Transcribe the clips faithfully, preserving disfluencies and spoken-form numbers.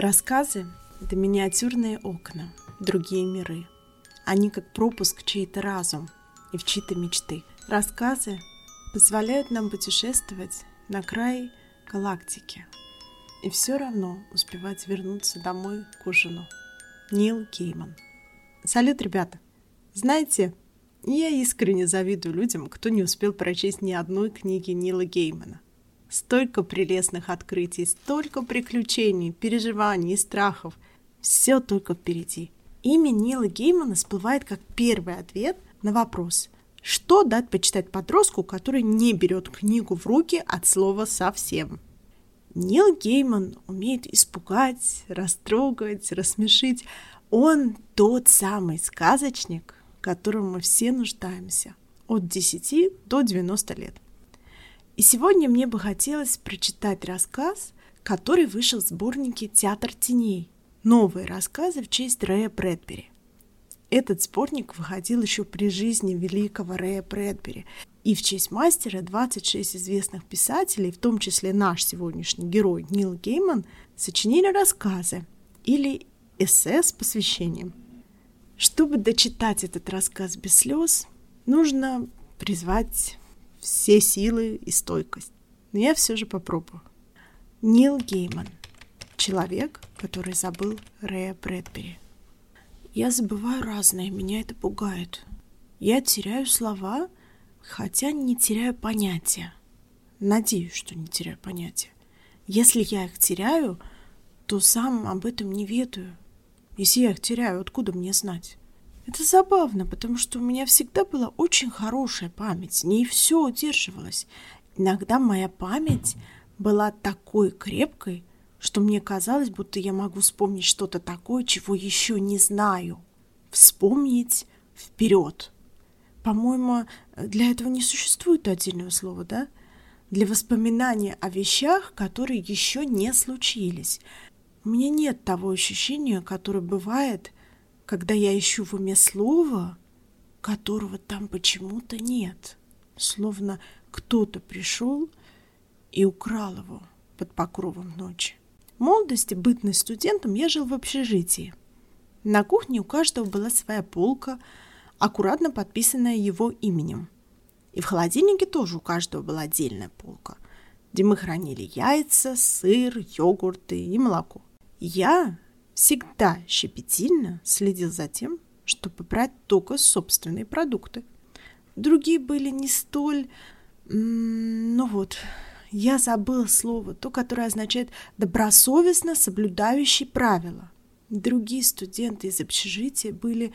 Рассказы – это миниатюрные окна, другие миры. Они как пропуск в чей-то разум и в чьи-то мечты. Рассказы позволяют нам путешествовать на край галактики и все равно успевать вернуться домой к ужину. Нил Гейман. Салют, ребята! Знаете, я искренне завидую людям, кто не успел прочесть ни одной книги Нила Геймана. Столько прелестных открытий, столько приключений, переживаний и страхов. Все только впереди. Имя Нила Геймана всплывает как первый ответ на вопрос, что дать почитать подростку, который не берет книгу в руки от слова совсем. Нил Гейман умеет испугать, растрогать, рассмешить. Он тот самый сказочник, в котором мы все нуждаемся от десяти до девяноста лет. И сегодня мне бы хотелось прочитать рассказ, который вышел в сборнике «Театр теней». Новые рассказы в честь Рэя Брэдбери. Этот сборник выходил еще при жизни великого Рэя Брэдбери. И в честь мастера двадцать шесть известных писателей, в том числе наш сегодняшний герой Нил Гейман, сочинили рассказы или эссе с посвящением. Чтобы дочитать этот рассказ без слез, нужно призвать все силы и стойкость. Но я все же попробую. Нил Гейман. Человек, который забыл Рэя Брэдбери. Я забываю разное, меня это пугает. Я теряю слова, хотя не теряю понятия. Надеюсь, что не теряю понятия. Если я их теряю, то сам об этом не ведаю. Если я их теряю, откуда мне знать? Это забавно, потому что у меня всегда была очень хорошая память, в ней все удерживалось. Иногда моя память была такой крепкой, что мне казалось, будто я могу вспомнить что-то такое, чего еще не знаю. Вспомнить вперед. По-моему, для этого не существует отдельного слова, да? Для воспоминания о вещах, которые еще не случились. У меня нет того ощущения, которое бывает, когда я ищу в уме слово, которого там почему-то нет. Словно кто-то пришел и украл его под покровом ночи. В молодости, бытность студентом, я жил в общежитии. На кухне у каждого была своя полка, аккуратно подписанная его именем. И в холодильнике тоже у каждого была отдельная полка, где мы хранили яйца, сыр, йогурты и молоко. Я всегда щепетильно следил за тем, чтобы брать только собственные продукты. Другие были не столь... Ну вот, я забыл слово, то, которое означает «добросовестно соблюдающий правила». Другие студенты из общежития были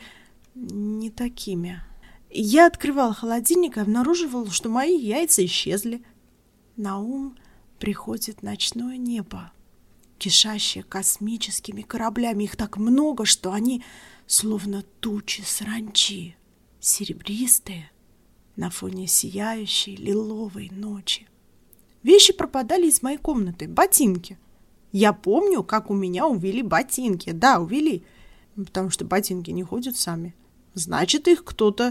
не такими. Я открывал холодильник и обнаруживал, что мои яйца исчезли. На ум приходит ночное небо, кишащее космическими кораблями. Их так много, что они словно тучи саранчи, серебристые на фоне сияющей лиловой ночи. Вещи пропадали из моей комнаты, ботинки. Я помню, как у меня увели ботинки. Да, увели, потому что ботинки не ходят сами. Значит, их кто-то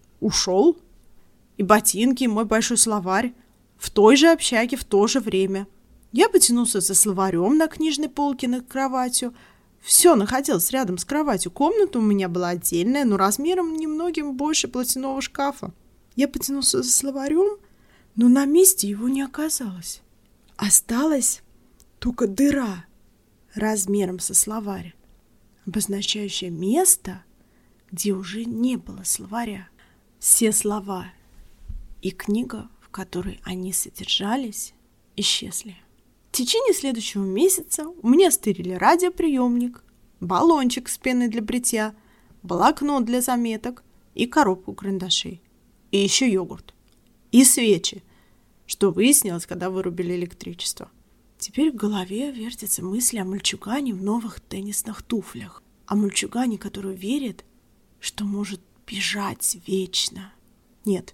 ушел. И ботинки, и мой большой словарь в той же общаге в то же время. Я потянулся за словарем на книжной полке над кроватью. Все находилось рядом с кроватью. Комната у меня была отдельная, но размером немногим больше платяного шкафа. Я потянулся за словарем, но на месте его не оказалось. Осталась только дыра размером со словарь, обозначающая место, где уже не было словаря. Все слова и книга, в которой они содержались, исчезли. В течение следующего месяца у меня стырили радиоприемник, баллончик с пеной для бритья, блокнот для заметок и коробку карандашей. И еще йогурт. И свечи, что выяснилось, когда вырубили электричество. Теперь в голове вертятся мысли о мальчугане в новых теннисных туфлях. О мальчугане, который верит, что может бежать вечно. Нет,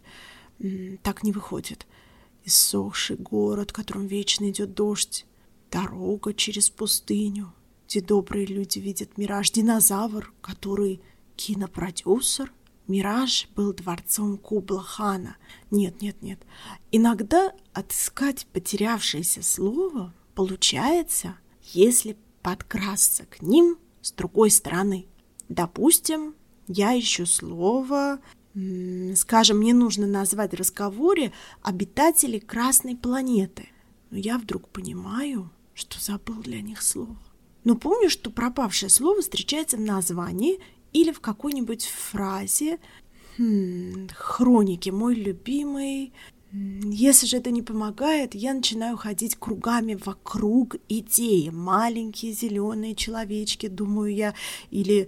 так не выходит. Иссохший город, в котором вечно идет дождь. Дорога через пустыню, где добрые люди видят мираж. Динозавр, который кинопродюсер. Мираж был дворцом Кубла-хана. Нет, нет, нет. Иногда отыскать потерявшееся слово получается, если подкрасться к ним с другой стороны. Допустим, я ищу слово, скажем, мне нужно назвать в разговоре обитателей Красной планеты. Но я вдруг понимаю, что забыл для них слово. Но помню, что пропавшее слово встречается в названии или в какой-нибудь фразе. Хм, хроники, мой любимый. Если же это не помогает, я начинаю ходить кругами вокруг идеи. Маленькие зеленые человечки, думаю я, или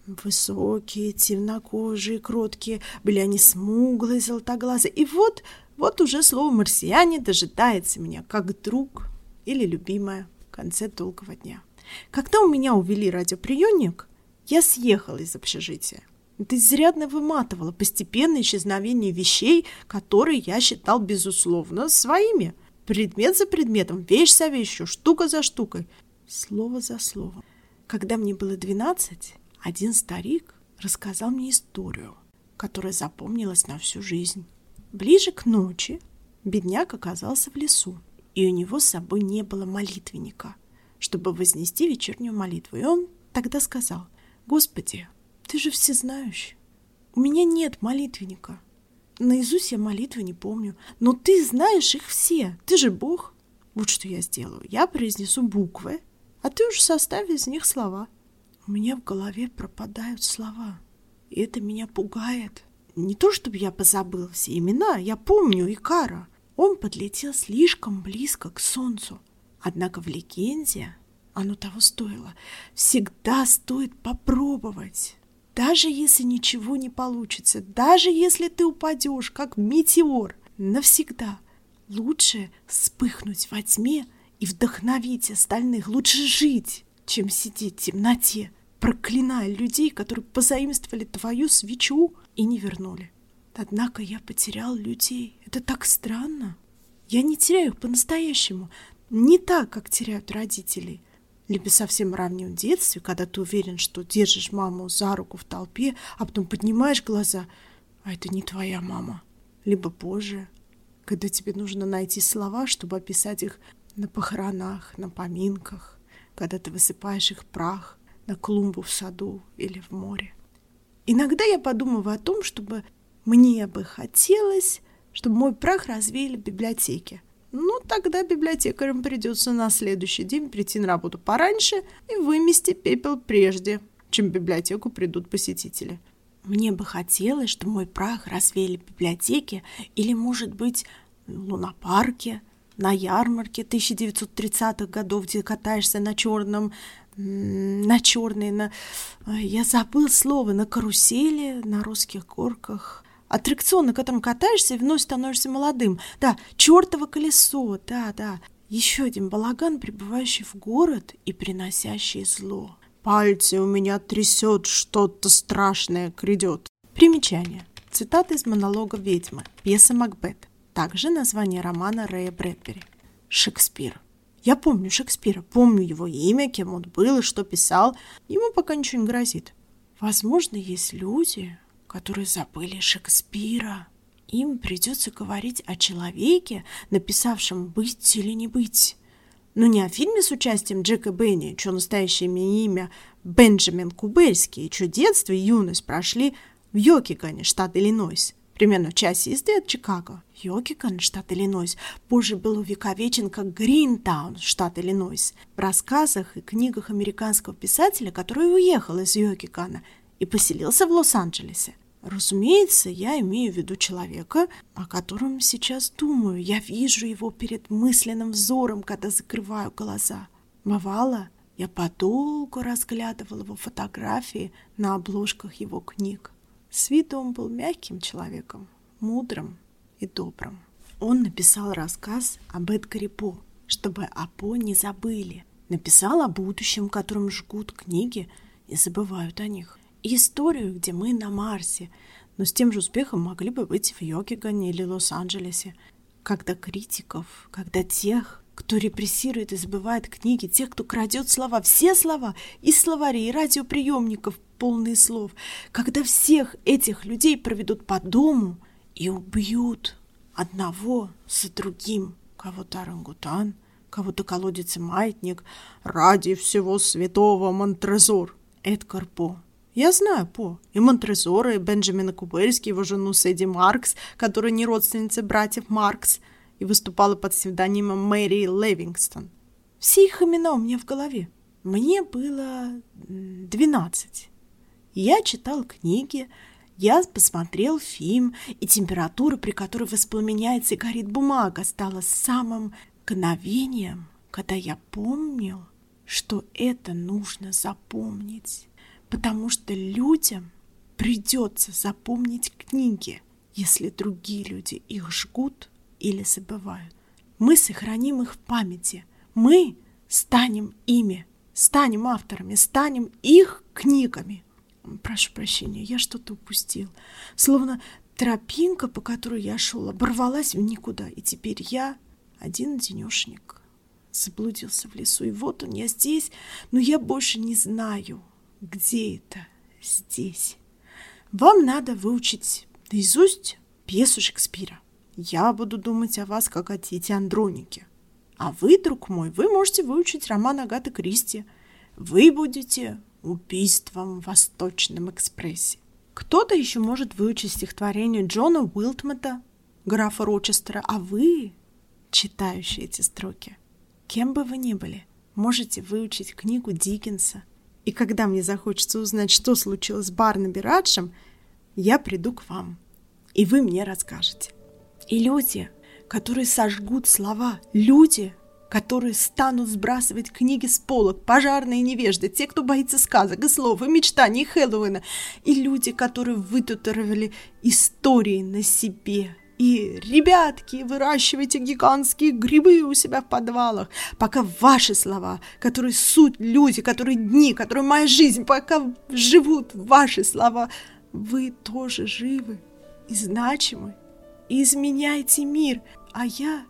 высокие, темнокожие, кроткие. Были они смуглые, золотоглазые. И вот, вот уже слово «марсиане» дожидается меня, как друг или любимая в конце долгого дня. Когда у меня увели радиоприемник, я съехала из общежития. Это изрядно выматывало постепенное исчезновение вещей, которые я считал, безусловно, своими. Предмет за предметом, вещь за вещью, штука за штукой, слово за словом. Когда мне было двенадцать, один старик рассказал мне историю, которая запомнилась на всю жизнь. Ближе к ночи бедняк оказался в лесу, и у него с собой не было молитвенника, чтобы вознести вечернюю молитву. И он тогда сказал: «Господи, ты же всезнающий. У меня нет молитвенника. Наизусть я молитвы не помню, но ты знаешь их все. Ты же Бог. Вот что я сделаю. Я произнесу буквы, а ты уж составь из них слова». У меня в голове пропадают слова, и это меня пугает. Не то, чтобы я позабыл все имена, я помню Икара. Он подлетел слишком близко к солнцу. Однако в легенде оно того стоило. Всегда стоит попробовать. Даже если ничего не получится, даже если ты упадешь, как метеор, навсегда. Лучше вспыхнуть во тьме и вдохновить остальных. Лучше жить, чем сидеть в темноте, проклиная людей, которые позаимствовали твою свечу и не вернули. Однако я потерял людей. Это так странно. Я не теряю их по-настоящему. Не так, как теряют родителей. Либо совсем в раннем детстве, когда ты уверен, что держишь маму за руку в толпе, а потом поднимаешь глаза, а это не твоя мама. Либо позже, когда тебе нужно найти слова, чтобы описать их на похоронах, на поминках, когда ты высыпаешь их прах на клумбу в саду или в море. Иногда я подумываю о том, чтобы мне бы хотелось, чтобы мой прах развеяли в библиотеке. Ну, тогда библиотекарям придется на следующий день прийти на работу пораньше и вымести пепел прежде, чем в библиотеку придут посетители. Мне бы хотелось, чтобы мой прах развеяли в библиотеке или, может быть, в лунопарке, на ярмарке тысяча девятьсот тридцатых годов, где катаешься на черном, на черной, на... я забыл слово, на карусели, на русских горках. Аттракцион, на котором катаешься и вновь становишься молодым. Да, чертово колесо, да, да. Еще один балаган, прибывающий в город и приносящий зло. Пальцы у меня трясет, что-то страшное грядет. Примечание. Цитата из монолога «Ведьмы», пьеса «Макбет». Также название романа Рэя Брэдбери. Шекспир. Я помню Шекспира, помню его имя, кем он был и что писал. Ему пока ничего не грозит. Возможно, есть люди, которые забыли Шекспира. Им придется говорить о человеке, написавшем «Быть или не быть». Но не о фильме с участием Джека Бенни, чье настоящее имя Бенджамин Кубельский, чье детство и юность прошли в Йокигане, штат Иллинойс, примерно в часе езды от Чикаго. Йокиган, штат Иллинойс, позже был увековечен как Гринтаун, штат Иллинойс, в рассказах и книгах американского писателя, который уехал из Йокигана и поселился в Лос-Анджелесе. Разумеется, я имею в виду человека, о котором сейчас думаю. Я вижу его перед мысленным взором, когда закрываю глаза. Бывало, я подолгу разглядывала его фотографии на обложках его книг. С виду он был мягким человеком, мудрым и добрым. Он написал рассказ об Эдгаре По, чтобы о По не забыли. Написал о будущем, которым жгут книги и забывают о них. Историю, где мы на Марсе, но с тем же успехом могли бы быть в Йокигане или Лос-Анджелесе. Когда критиков, когда тех, кто репрессирует и забывает книги, тех, кто крадет слова, все слова, из словарей, и радиоприемников, полные слов, когда всех этих людей проведут по дому и убьют одного за другим, кого-то орангутан, кого-то колодец и маятник, ради всего святого Монтрезор. Эдгар По. Я знаю По. И Монтрезора, и Бенджамина Кубельски, его жену Сэдди Маркс, которая не родственница братьев Маркс, и выступала под псевдонимом Мэри Левингстон. Все их имена у меня в голове. Мне было двенадцать. Я читал книги, я посмотрел фильм, и температура, при которой воспламеняется и горит бумага, стала самым мгновением, когда я помнил, что это нужно запомнить, потому что людям придется запомнить книги, если другие люди их жгут или забывают. Мы сохраним их в памяти, мы станем ими, станем авторами, станем их книгами. Прошу прощения, я что-то упустил. Словно тропинка, по которой я шел, оборвалась в никуда, и теперь я один-одинешенек. Заблудился в лесу, и вот он, я здесь, но я больше не знаю, где это здесь. Вам надо выучить наизусть пьесу Шекспира. Я буду думать о вас, как о Тите Андронике. А вы, друг мой, вы можете выучить роман Агаты Кристи. Вы будете убийством в Восточном экспрессе. Кто-то еще может выучить стихотворение Джона Уилтмета, графа Рочестера, а вы, читающие эти строки, кем бы вы ни были, можете выучить книгу Диккенса. И когда мне захочется узнать, что случилось с Барнаби Раджем, я приду к вам, и вы мне расскажете. И люди, которые сожгут слова, люди, которые станут сбрасывать книги с полок, пожарные невежды, те, кто боится сказок и слов, и мечтаний, и Хэллоуина, и люди, которые вытатуировали истории на себе. И, ребятки, выращивайте гигантские грибы у себя в подвалах, пока ваши слова, которые суть люди, которые дни, которые моя жизнь, пока живут ваши слова, вы тоже живы и значимы, и изменяете мир, а я...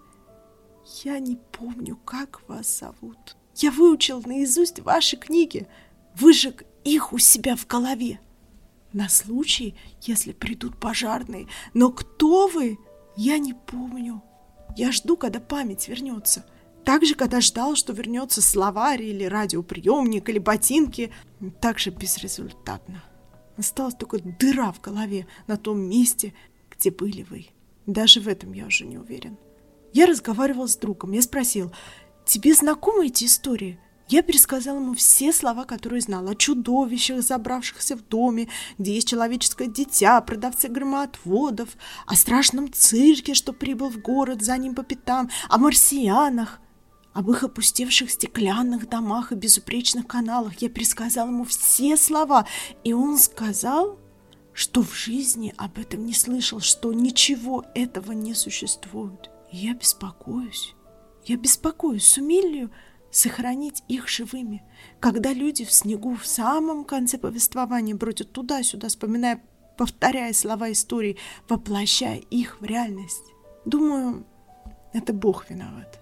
Я не помню, как вас зовут. Я выучил наизусть ваши книги, выжег их у себя в голове. На случай, если придут пожарные. Но кто вы, я не помню. Я жду, когда память вернется. Так же, когда ждал, что вернется словарь или радиоприемник, или ботинки. Так же безрезультатно. Осталась только дыра в голове на том месте, где были вы. Даже в этом я уже не уверен. Я разговаривал с другом. Я спросил: тебе знакомы эти истории? Я пересказал ему все слова, которые знал. О чудовищах, забравшихся в доме, где есть человеческое дитя, о продавце громоотводов, о страшном цирке, что прибыл в город за ним по пятам, о марсианах, об их опустевших стеклянных домах и безупречных каналах. Я пересказал ему все слова, и он сказал, что в жизни об этом не слышал, что ничего этого не существует. Я беспокоюсь, я беспокоюсь, сумели ли сохранить их живыми, когда люди в снегу в самом конце повествования бродят туда-сюда, вспоминая, повторяя слова истории, воплощая их в реальность. Думаю, это Бог виноват.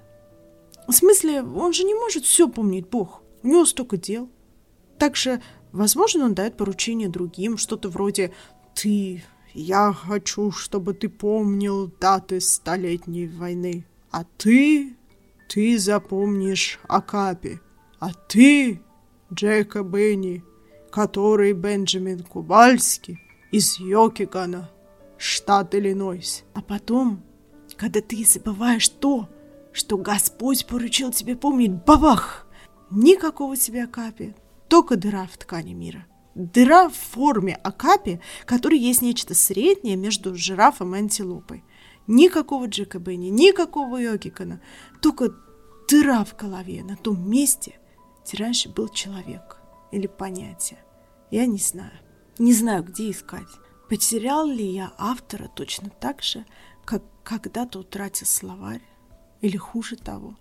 В смысле, он же не может все помнить, Бог, у него столько дел. Также, возможно, он дает поручение другим, что-то вроде «ты». Я хочу, чтобы ты помнил даты Столетней войны. А ты, ты запомнишь Акапи. А ты, Джека Бенни, который Бенджамин Кубальский из Йокигана, штат Иллинойс. А потом, когда ты забываешь то, что Господь поручил тебе помнить, бабах! Никакого тебе Акапи, только дыра в ткани мира. Дыра в форме Акапи, который есть нечто среднее между жирафом и антилопой. Никакого Джека Бенни, никакого Йокигана, только дыра в голове на том месте, где раньше был человек или понятие. Я не знаю. Не знаю, где искать. Потерял ли я автора точно так же, как когда-то утратил словарь? Или хуже того?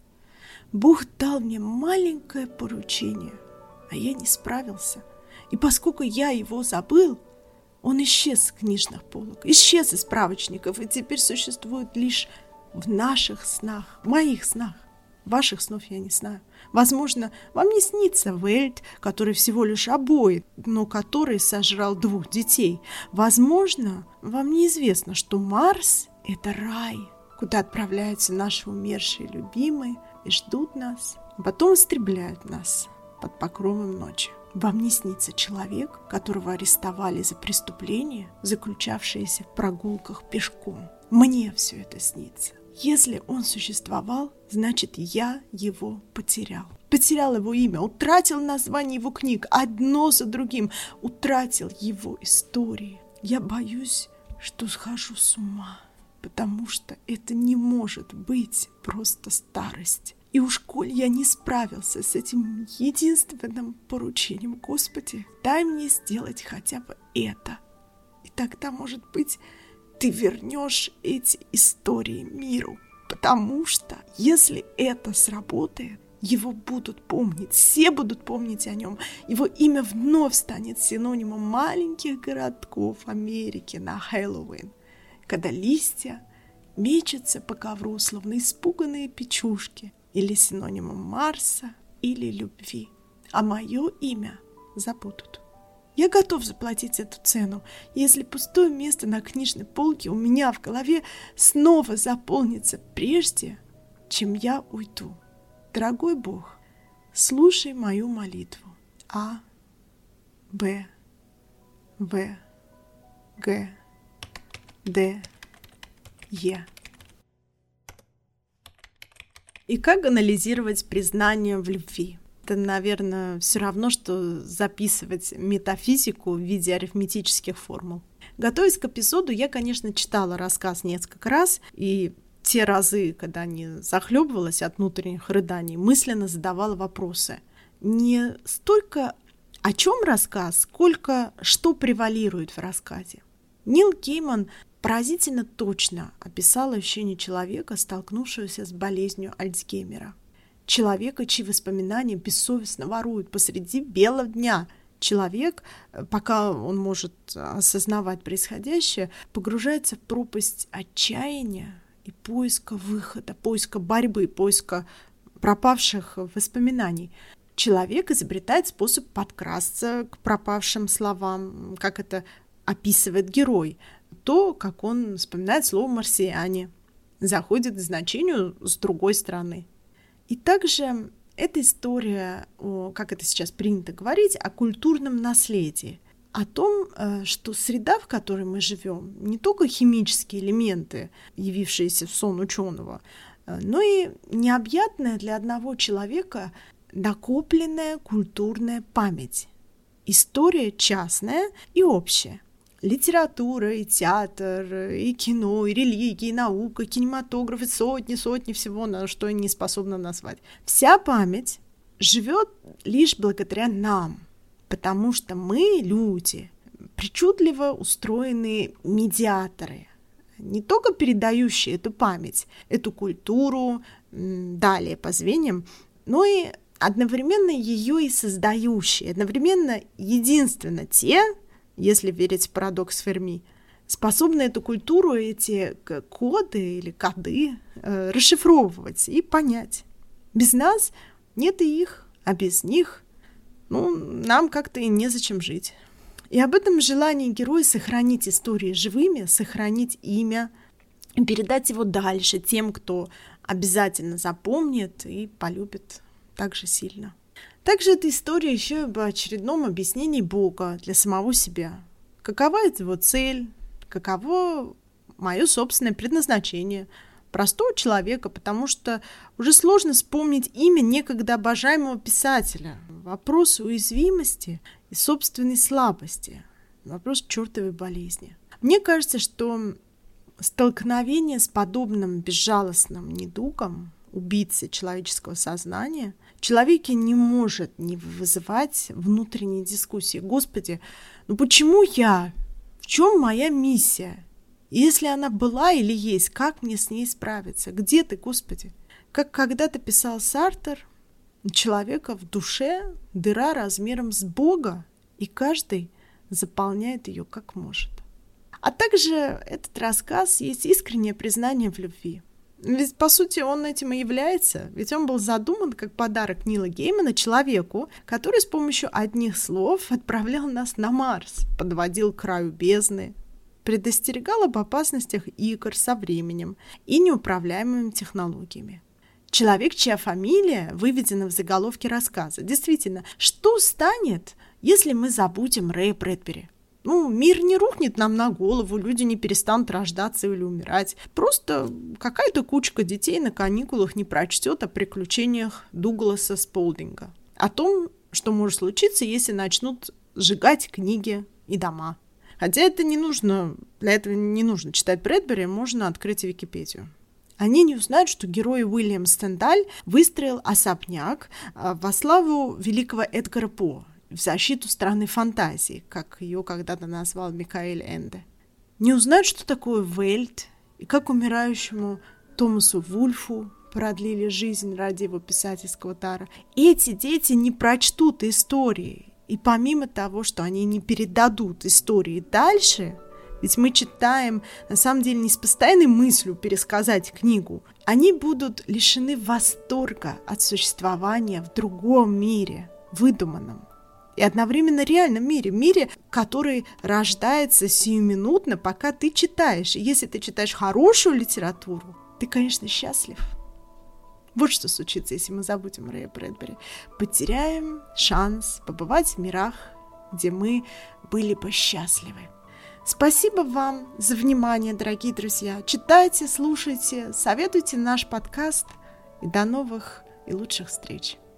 Бог дал мне маленькое поручение, а я не справился. И поскольку я его забыл, он исчез с книжных полок, исчез из справочников, и теперь существует лишь в наших снах, в моих снах. Ваших снов я не знаю. Возможно, вам не снится Вельт, который всего лишь обои, но который сожрал двух детей. Возможно, вам неизвестно, что Марс — это рай, куда отправляются наши умершие любимые и ждут нас, а потом истребляют нас под покровом ночи. Вам не снится человек, которого арестовали за преступление, заключавшееся в прогулках пешком. Мне все это снится. Если он существовал, значит, я его потерял. Потерял его имя, утратил название его книг, одно за другим, утратил его истории. Я боюсь, что схожу с ума, потому что это не может быть просто старость. И уж коль я не справился с этим единственным поручением, Господи, дай мне сделать хотя бы это. И тогда, может быть, ты вернешь эти истории миру. Потому что, если это сработает, его будут помнить, все будут помнить о нем. Его имя вновь станет синонимом маленьких городков Америки на Хэллоуин, когда листья мечутся по ковру, словно испуганные печушки, или синонимом Марса, или любви. А мое имя забудут. Я готов заплатить эту цену, если пустое место на книжной полке у меня в голове снова заполнится прежде, чем я уйду. Дорогой Бог, слушай мою молитву. А, Б, В, Г, Д, Е. И как анализировать признание в любви? Это, наверное, все равно, что записывать метафизику в виде арифметических формул. Готовясь к эпизоду, я, конечно, читала рассказ несколько раз, и те разы, когда не захлебывалась от внутренних рыданий, мысленно задавала вопросы. Не столько о чем рассказ, сколько что превалирует в рассказе. Нил Гейман поразительно точно описал ощущение человека, столкнувшегося с болезнью Альцгеймера. Человека, чьи воспоминания бессовестно воруют посреди бела дня. Человек, пока он может осознавать происходящее, погружается в пропасть отчаяния и поиска выхода, поиска борьбы, поиска пропавших воспоминаний. Человек изобретает способ подкрасться к пропавшим словам, как это описывает герой. То, как он вспоминает слово «марсиане», заходит к значению с другой стороны. И также эта история, о, как это сейчас принято говорить, о культурном наследии, о том, что среда, в которой мы живем, не только химические элементы, явившиеся в сон ученого, но и необъятная для одного человека накопленная культурная память. История частная и общая. Литература, и театр, и кино, и религия, и наука, и кинематограф, и сотни-сотни всего, на что я не способна назвать. Вся память живет лишь благодаря нам, потому что мы, люди, причудливо устроенные медиаторы, не только передающие эту память, эту культуру далее по звеньям, но и одновременно ее и создающие, одновременно единственно те, если верить в парадокс Ферми, способны эту культуру, эти коды или коды э, расшифровывать и понять. Без нас нет и их, а без них ну, нам как-то и незачем жить. И об этом желании героя сохранить истории живыми, сохранить имя, передать его дальше тем, кто обязательно запомнит и полюбит так же сильно. Также эта история еще и об очередном объяснении Бога для самого себя. Какова его цель, каково мое собственное предназначение простого человека, потому что уже сложно вспомнить имя некогда обожаемого писателя. Вопрос уязвимости и собственной слабости, вопрос чертовой болезни. Мне кажется, что столкновение с подобным безжалостным недугом, убийцы человеческого сознания, в человеке не может не вызывать внутренней дискуссии. Господи, ну почему я? В чем моя миссия? И если она была или есть, как мне с ней справиться? Где ты, Господи? Как когда-то писал Сартер, у человека в душе дыра размером с Бога, и каждый заполняет ее как может. А также этот рассказ есть искреннее признание в любви. Ведь, по сути, он этим и является. Ведь он был задуман как подарок Нила Геймана человеку, который с помощью одних слов отправлял нас на Марс, подводил к краю бездны, предостерегал об опасностях игр со временем и неуправляемыми технологиями. Человек, чья фамилия выведена в заголовке рассказа. Действительно, что станет, если мы забудем Рэя Брэдбери? Ну, мир не рухнет нам на голову, люди не перестанут рождаться или умирать. Просто какая-то кучка детей на каникулах не прочтет о приключениях Дугласа Сполдинга. О том, что может случиться, если начнут сжигать книги и дома. Хотя это не нужно, для этого не нужно читать Брэдбери, можно открыть Википедию. Они не узнают, что герой Уильям Стендаль выстроил особняк во славу великого Эдгара По, в защиту страны фантазии, как ее когда-то назвал Микаэль Энде. Не узнают, что такое Вельт, и как умирающему Томасу Вульфу продлили жизнь ради его писательского дара. Эти дети не прочтут истории, и помимо того, что они не передадут истории дальше, ведь мы читаем, на самом деле, не с постоянной мыслью пересказать книгу, они будут лишены восторга от существования в другом мире, выдуманном. И одновременно реальном мире, мире, который рождается сиюминутно, пока ты читаешь. И если ты читаешь хорошую литературу, ты, конечно, счастлив. Вот что случится, если мы забудем Рэя Брэдбери. Потеряем шанс побывать в мирах, где мы были бы счастливы. Спасибо вам за внимание, дорогие друзья. Читайте, слушайте, советуйте наш подкаст. И до новых и лучших встреч.